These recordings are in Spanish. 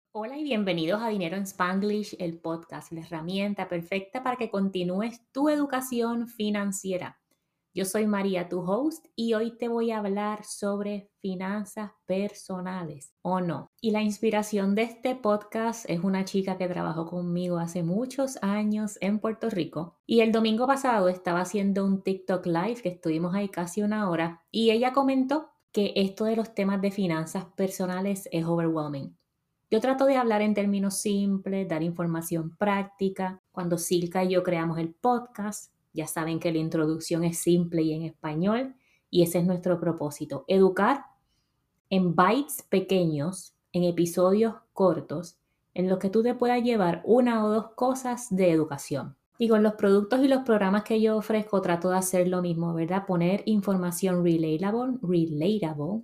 Hola y bienvenidos a Dinero en Spanglish, el podcast, la herramienta perfecta para que continúes tu educación financiera. Yo soy María, tu host, y hoy te voy a hablar sobre finanzas personales, ¿o no? Y la inspiración de este podcast es una chica que trabajó conmigo hace muchos años en Puerto Rico. Y el domingo pasado estaba haciendo un TikTok Live, que estuvimos ahí casi una hora, y ella comentó que esto de los temas de finanzas personales es overwhelming. Yo trato de hablar en términos simples, dar información práctica. Cuando Silka y yo creamos el podcast, ya saben que la introducción es simple y en español, y ese es nuestro propósito: educar en bytes pequeños, en episodios cortos, en los que tú te puedas llevar una o dos cosas de educación. Y con los productos y los programas que yo ofrezco trato de hacer lo mismo, ¿verdad? Poner información relatable,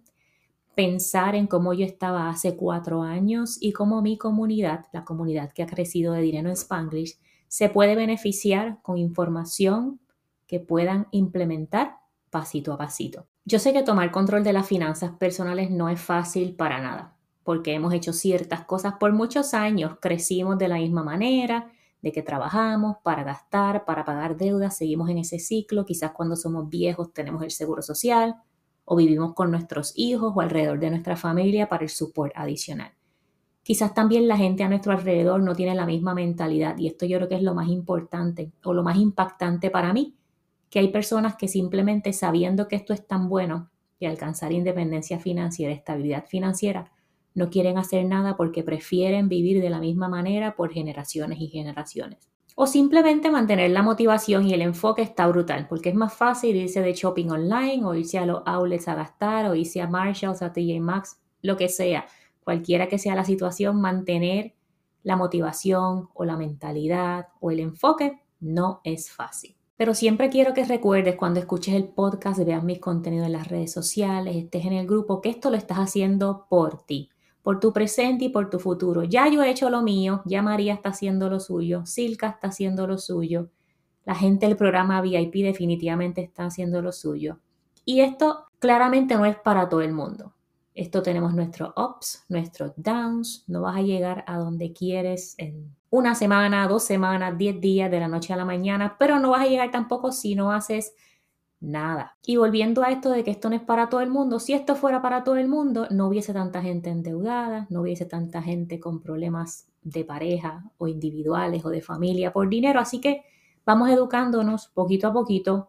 pensar en cómo yo estaba hace 4 años y cómo mi comunidad, la comunidad que ha crecido de Dinero en Spanglish, se puede beneficiar con información que puedan implementar pasito a pasito. Yo sé que tomar control de las finanzas personales no es fácil para nada, porque hemos hecho ciertas cosas por muchos años, crecimos de la misma manera, de que trabajamos para gastar, para pagar deudas, seguimos en ese ciclo, quizás cuando somos viejos tenemos el seguro social, o vivimos con nuestros hijos o alrededor de nuestra familia para el support adicional. Quizás también la gente a nuestro alrededor no tiene la misma mentalidad, y esto yo creo que es lo más importante o lo más impactante para mí, que hay personas que simplemente sabiendo que esto es tan bueno y alcanzar independencia financiera, estabilidad financiera, no quieren hacer nada porque prefieren vivir de la misma manera por generaciones y generaciones. O simplemente mantener la motivación y el enfoque está brutal, porque es más fácil irse de shopping online o irse a los outlets a gastar o irse a Marshalls, a TJ Maxx, lo que sea. Cualquiera que sea la situación, mantener la motivación o la mentalidad o el enfoque no es fácil. Pero siempre quiero que recuerdes cuando escuches el podcast, veas mis contenidos en las redes sociales, estés en el grupo, que esto lo estás haciendo por ti, por tu presente y por tu futuro. Ya yo he hecho lo mío, ya María está haciendo lo suyo, Silka está haciendo lo suyo, la gente del programa VIP definitivamente está haciendo lo suyo. Y esto claramente no es para todo el mundo. Esto tenemos nuestros ups, nuestros downs. No vas a llegar a donde quieres en una semana, 2 semanas, 10 días, de la noche a la mañana, pero no vas a llegar tampoco si no haces nada. Y volviendo a esto de que esto no es para todo el mundo, si esto fuera para todo el mundo, no hubiese tanta gente endeudada, no hubiese tanta gente con problemas de pareja o individuales o de familia por dinero. Así que vamos educándonos poquito a poquito,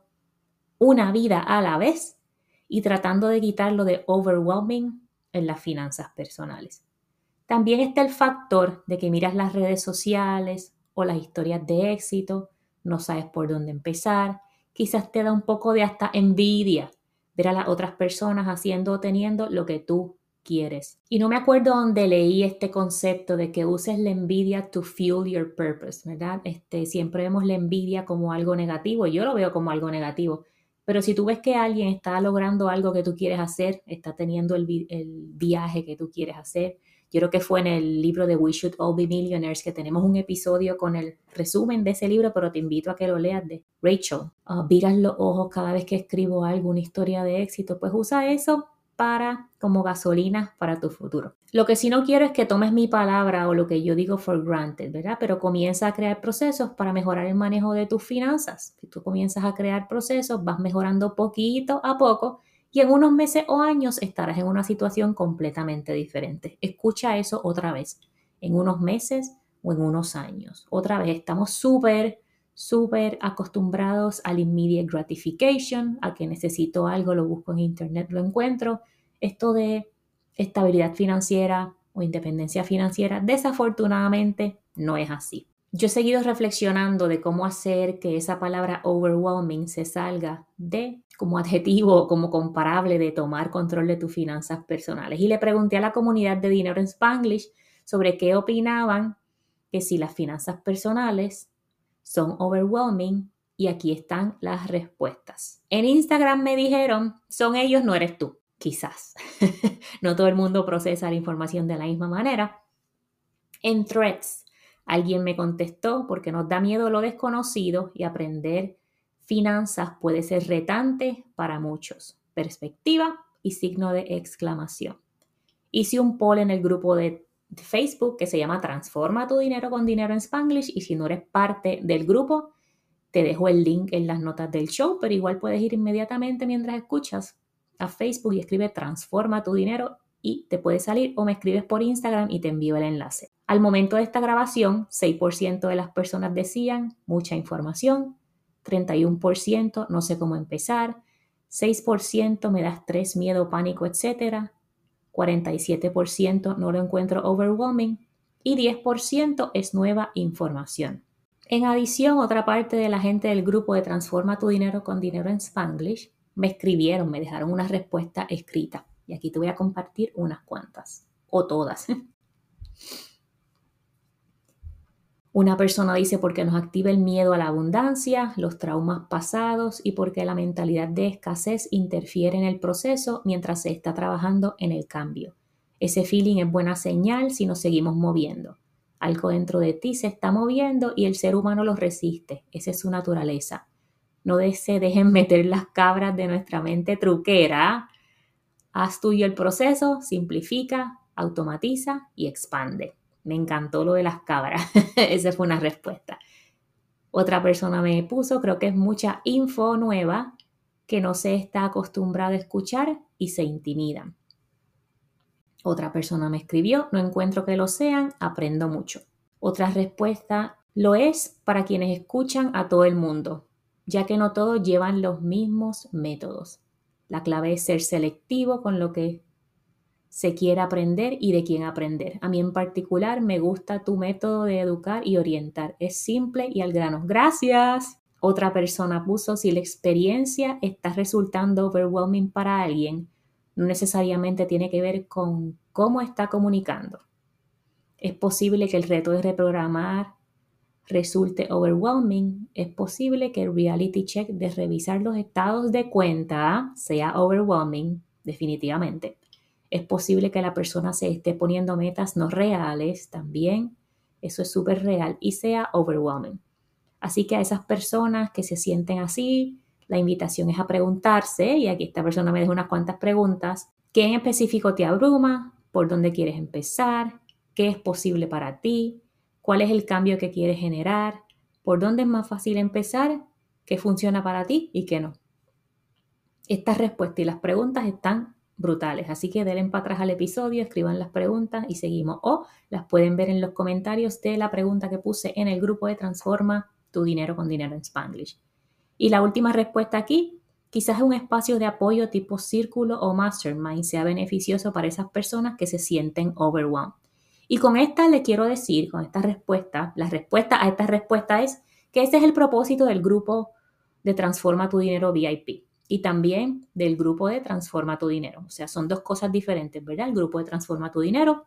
una vida a la vez, y tratando de quitarlo de overwhelming en las finanzas personales. También está el factor de que miras las redes sociales o las historias de éxito, no sabes por dónde empezar, quizás te da un poco de hasta envidia ver a las otras personas haciendo o teniendo lo que tú quieres. Y no me acuerdo dónde leí este concepto de que uses la envidia to fuel your purpose, ¿verdad? Siempre vemos la envidia como algo negativo, yo lo veo como algo negativo, pero si tú ves que alguien está logrando algo que tú quieres hacer, está teniendo el viaje que tú quieres hacer. Yo creo que fue en el libro de We Should All Be Millionaires que tenemos un episodio con el resumen de ese libro, pero te invito a que lo leas, de Rachel. Viras los ojos cada vez que escribo algo, una historia de éxito, pues usa eso como gasolina para tu futuro. Lo que sí no quiero es que tomes mi palabra o lo que yo digo for granted, ¿verdad? Pero comienza a crear procesos para mejorar el manejo de tus finanzas. Si tú comienzas a crear procesos, vas mejorando poquito a poco, y en unos meses o años estarás en una situación completamente diferente. Escucha eso otra vez. En unos meses o en unos años. Otra vez, estamos súper acostumbrados al immediate gratification, a que necesito algo, lo busco en internet, lo encuentro. Esto de estabilidad financiera o independencia financiera, desafortunadamente, no es así. Yo he seguido reflexionando de cómo hacer que esa palabra overwhelming se salga de como adjetivo, como comparable de tomar control de tus finanzas personales. Y le pregunté a la comunidad de Dinero en Spanglish sobre qué opinaban, que si las finanzas personales son overwhelming, y aquí están las respuestas. En Instagram me dijeron, son ellos, no eres tú. Quizás. No todo el mundo procesa la información de la misma manera. En Threads, alguien me contestó, porque nos da miedo lo desconocido y aprender finanzas puede ser retante para muchos. Perspectiva y signo de exclamación. Hice un poll en el grupo de de Facebook que se llama Transforma tu dinero con dinero en Spanglish, y si no eres parte del grupo, te dejo el link en las notas del show, pero igual puedes ir inmediatamente mientras escuchas a Facebook y escribe Transforma tu dinero y te puede salir, o me escribes por Instagram y te envío el enlace. Al momento de esta grabación, 6% de las personas decían mucha información, 31% no sé cómo empezar, 6% me da estrés, miedo, pánico, etc. 47% no lo encuentro overwhelming y 10% es nueva información. En adición, otra parte de la gente del grupo de Transforma tu dinero con dinero en Spanglish me escribieron, me dejaron una respuesta escrita. Y aquí te voy a compartir unas cuantas, o todas. Una persona dice porque nos activa el miedo a la abundancia, los traumas pasados y porque la mentalidad de escasez interfiere en el proceso mientras se está trabajando en el cambio. Ese feeling es buena señal si nos seguimos moviendo. Algo dentro de ti se está moviendo y el ser humano lo resiste. Esa es su naturaleza. No se dejen meter las cabras de nuestra mente truquera. Haz tuyo el proceso, simplifica, automatiza y expande. Me encantó lo de las cabras. Esa fue una respuesta. Otra persona me puso, creo que es mucha info nueva que no se está acostumbrado a escuchar y se intimidan. Otra persona me escribió, no encuentro que lo sean, aprendo mucho. Otra respuesta, lo es para quienes escuchan a todo el mundo, ya que no todos llevan los mismos métodos. La clave es ser selectivo con lo que se quiere aprender y de quién aprender. A mí en particular me gusta tu método de educar y orientar. Es simple y al grano. ¡Gracias! Otra persona puso, si la experiencia está resultando overwhelming para alguien, no necesariamente tiene que ver con cómo está comunicando. Es posible que el reto de reprogramar resulte overwhelming. Es posible que el reality check de revisar los estados de cuenta sea overwhelming, definitivamente. Es posible que la persona se esté poniendo metas no reales también. Eso es súper real y sea overwhelming. Así que a esas personas que se sienten así, la invitación es a preguntarse, y aquí esta persona me deja unas cuantas preguntas. ¿Qué en específico te abruma? ¿Por dónde quieres empezar? ¿Qué es posible para ti? ¿Cuál es el cambio que quieres generar? ¿Por dónde es más fácil empezar? ¿Qué funciona para ti y qué no? Estas respuestas y las preguntas están brutales, así que denle para atrás al episodio, escriban las preguntas y seguimos. O las pueden ver en los comentarios de la pregunta que puse en el grupo de Transforma tu dinero con dinero en Spanglish. Y la última respuesta aquí, quizás un espacio de apoyo tipo círculo o mastermind sea beneficioso para esas personas que se sienten overwhelmed. Y con esta le quiero decir, con esta respuesta, la respuesta a esta respuesta es que ese es el propósito del grupo de Transforma tu dinero VIP y también del grupo de Transforma tu dinero. O sea, son dos cosas diferentes, ¿verdad? El grupo de Transforma tu dinero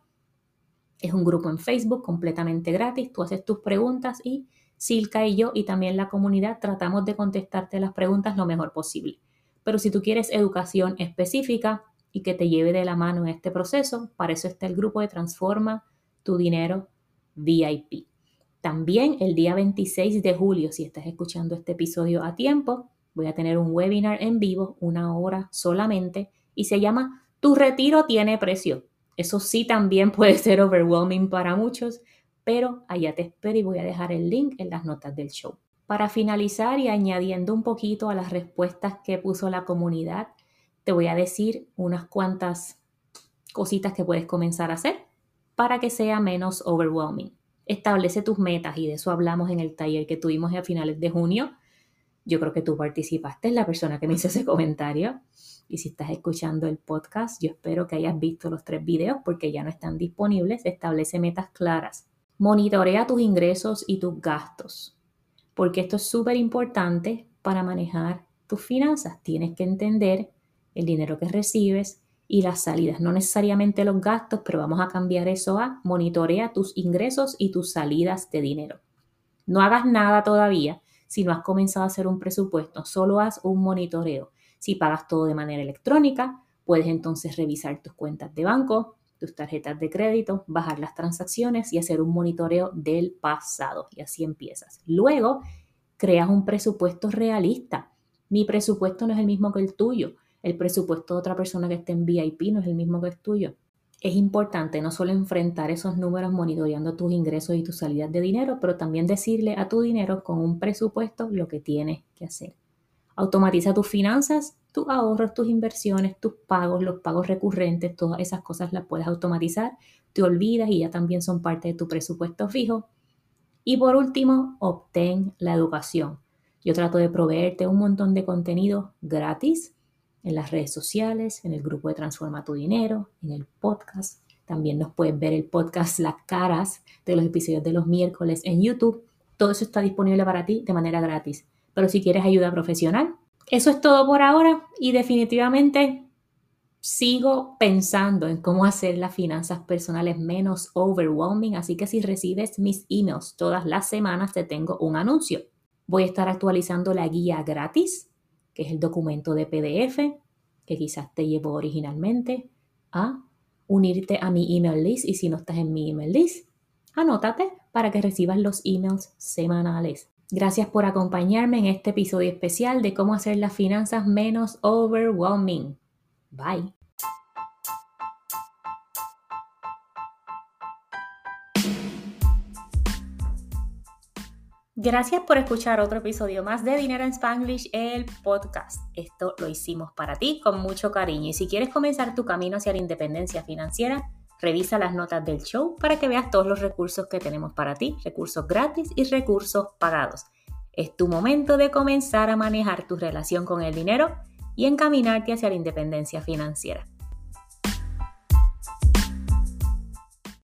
es un grupo en Facebook completamente gratis. Tú haces tus preguntas y Silka y yo y también la comunidad tratamos de contestarte las preguntas lo mejor posible. Pero si tú quieres educación específica y que te lleve de la mano en este proceso, para eso está el grupo de Transforma tu dinero VIP. También el día 26 de julio, si estás escuchando este episodio a tiempo, voy a tener un webinar en vivo, 1 hora solamente, y se llama Tu retiro tiene precio. Eso sí también puede ser overwhelming para muchos, pero allá te espero y voy a dejar el link en las notas del show. Para finalizar y añadiendo un poquito a las respuestas que puso la comunidad, te voy a decir unas cuantas cositas que puedes comenzar a hacer para que sea menos overwhelming. Establece tus metas y de eso hablamos en el taller que tuvimos a finales de junio. Yo creo que tú participaste, la persona que me hizo ese comentario. Y si estás escuchando el podcast, yo espero que hayas visto los 3 videos porque ya no están disponibles. Establece metas claras. Monitorea tus ingresos y tus gastos, porque esto es súper importante para manejar tus finanzas. Tienes que entender el dinero que recibes y las salidas, no necesariamente los gastos, pero vamos a cambiar eso a monitorea tus ingresos y tus salidas de dinero. No hagas nada todavía si no has comenzado a hacer un presupuesto, solo haz un monitoreo. Si pagas todo de manera electrónica, puedes entonces revisar tus cuentas de banco, tus tarjetas de crédito, bajar las transacciones y hacer un monitoreo del pasado. Y así empiezas. Luego, creas un presupuesto realista. Mi presupuesto no es el mismo que el tuyo. El presupuesto de otra persona que esté en VIP no es el mismo que el tuyo. es importante no solo enfrentar esos números monitoreando tus ingresos y tus salidas de dinero, pero también decirle a tu dinero con un presupuesto lo que tienes que hacer. Automatiza tus finanzas, tus ahorros, tus inversiones, tus pagos, los pagos recurrentes, todas esas cosas las puedes automatizar, te olvidas y ya también son parte de tu presupuesto fijo. Y por último, obtén la educación. Yo trato de proveerte un montón de contenido gratis en las redes sociales, en el grupo de Transforma tu Dinero, en el podcast. También nos puedes ver el podcast Las Caras de los episodios de los miércoles en YouTube. Todo eso está disponible para ti de manera gratis. Pero si quieres ayuda profesional, eso es todo por ahora y definitivamente sigo pensando en cómo hacer las finanzas personales menos overwhelming, así que si recibes mis emails todas las semanas te tengo un anuncio. Voy a estar actualizando la guía gratis, que es el documento de PDF que quizás te llevó originalmente, a unirte a mi email list y si no estás en mi email list, anótate para que recibas los emails semanales. Gracias por acompañarme en este episodio especial de cómo hacer las finanzas menos overwhelming. Bye. Gracias por escuchar otro episodio más de Dinero en Spanglish, el podcast. Esto lo hicimos para ti con mucho cariño y si quieres comenzar tu camino hacia la independencia financiera, revisa las notas del show para que veas todos los recursos que tenemos para ti, recursos gratis y recursos pagados. Es tu momento de comenzar a manejar tu relación con el dinero y encaminarte hacia la independencia financiera.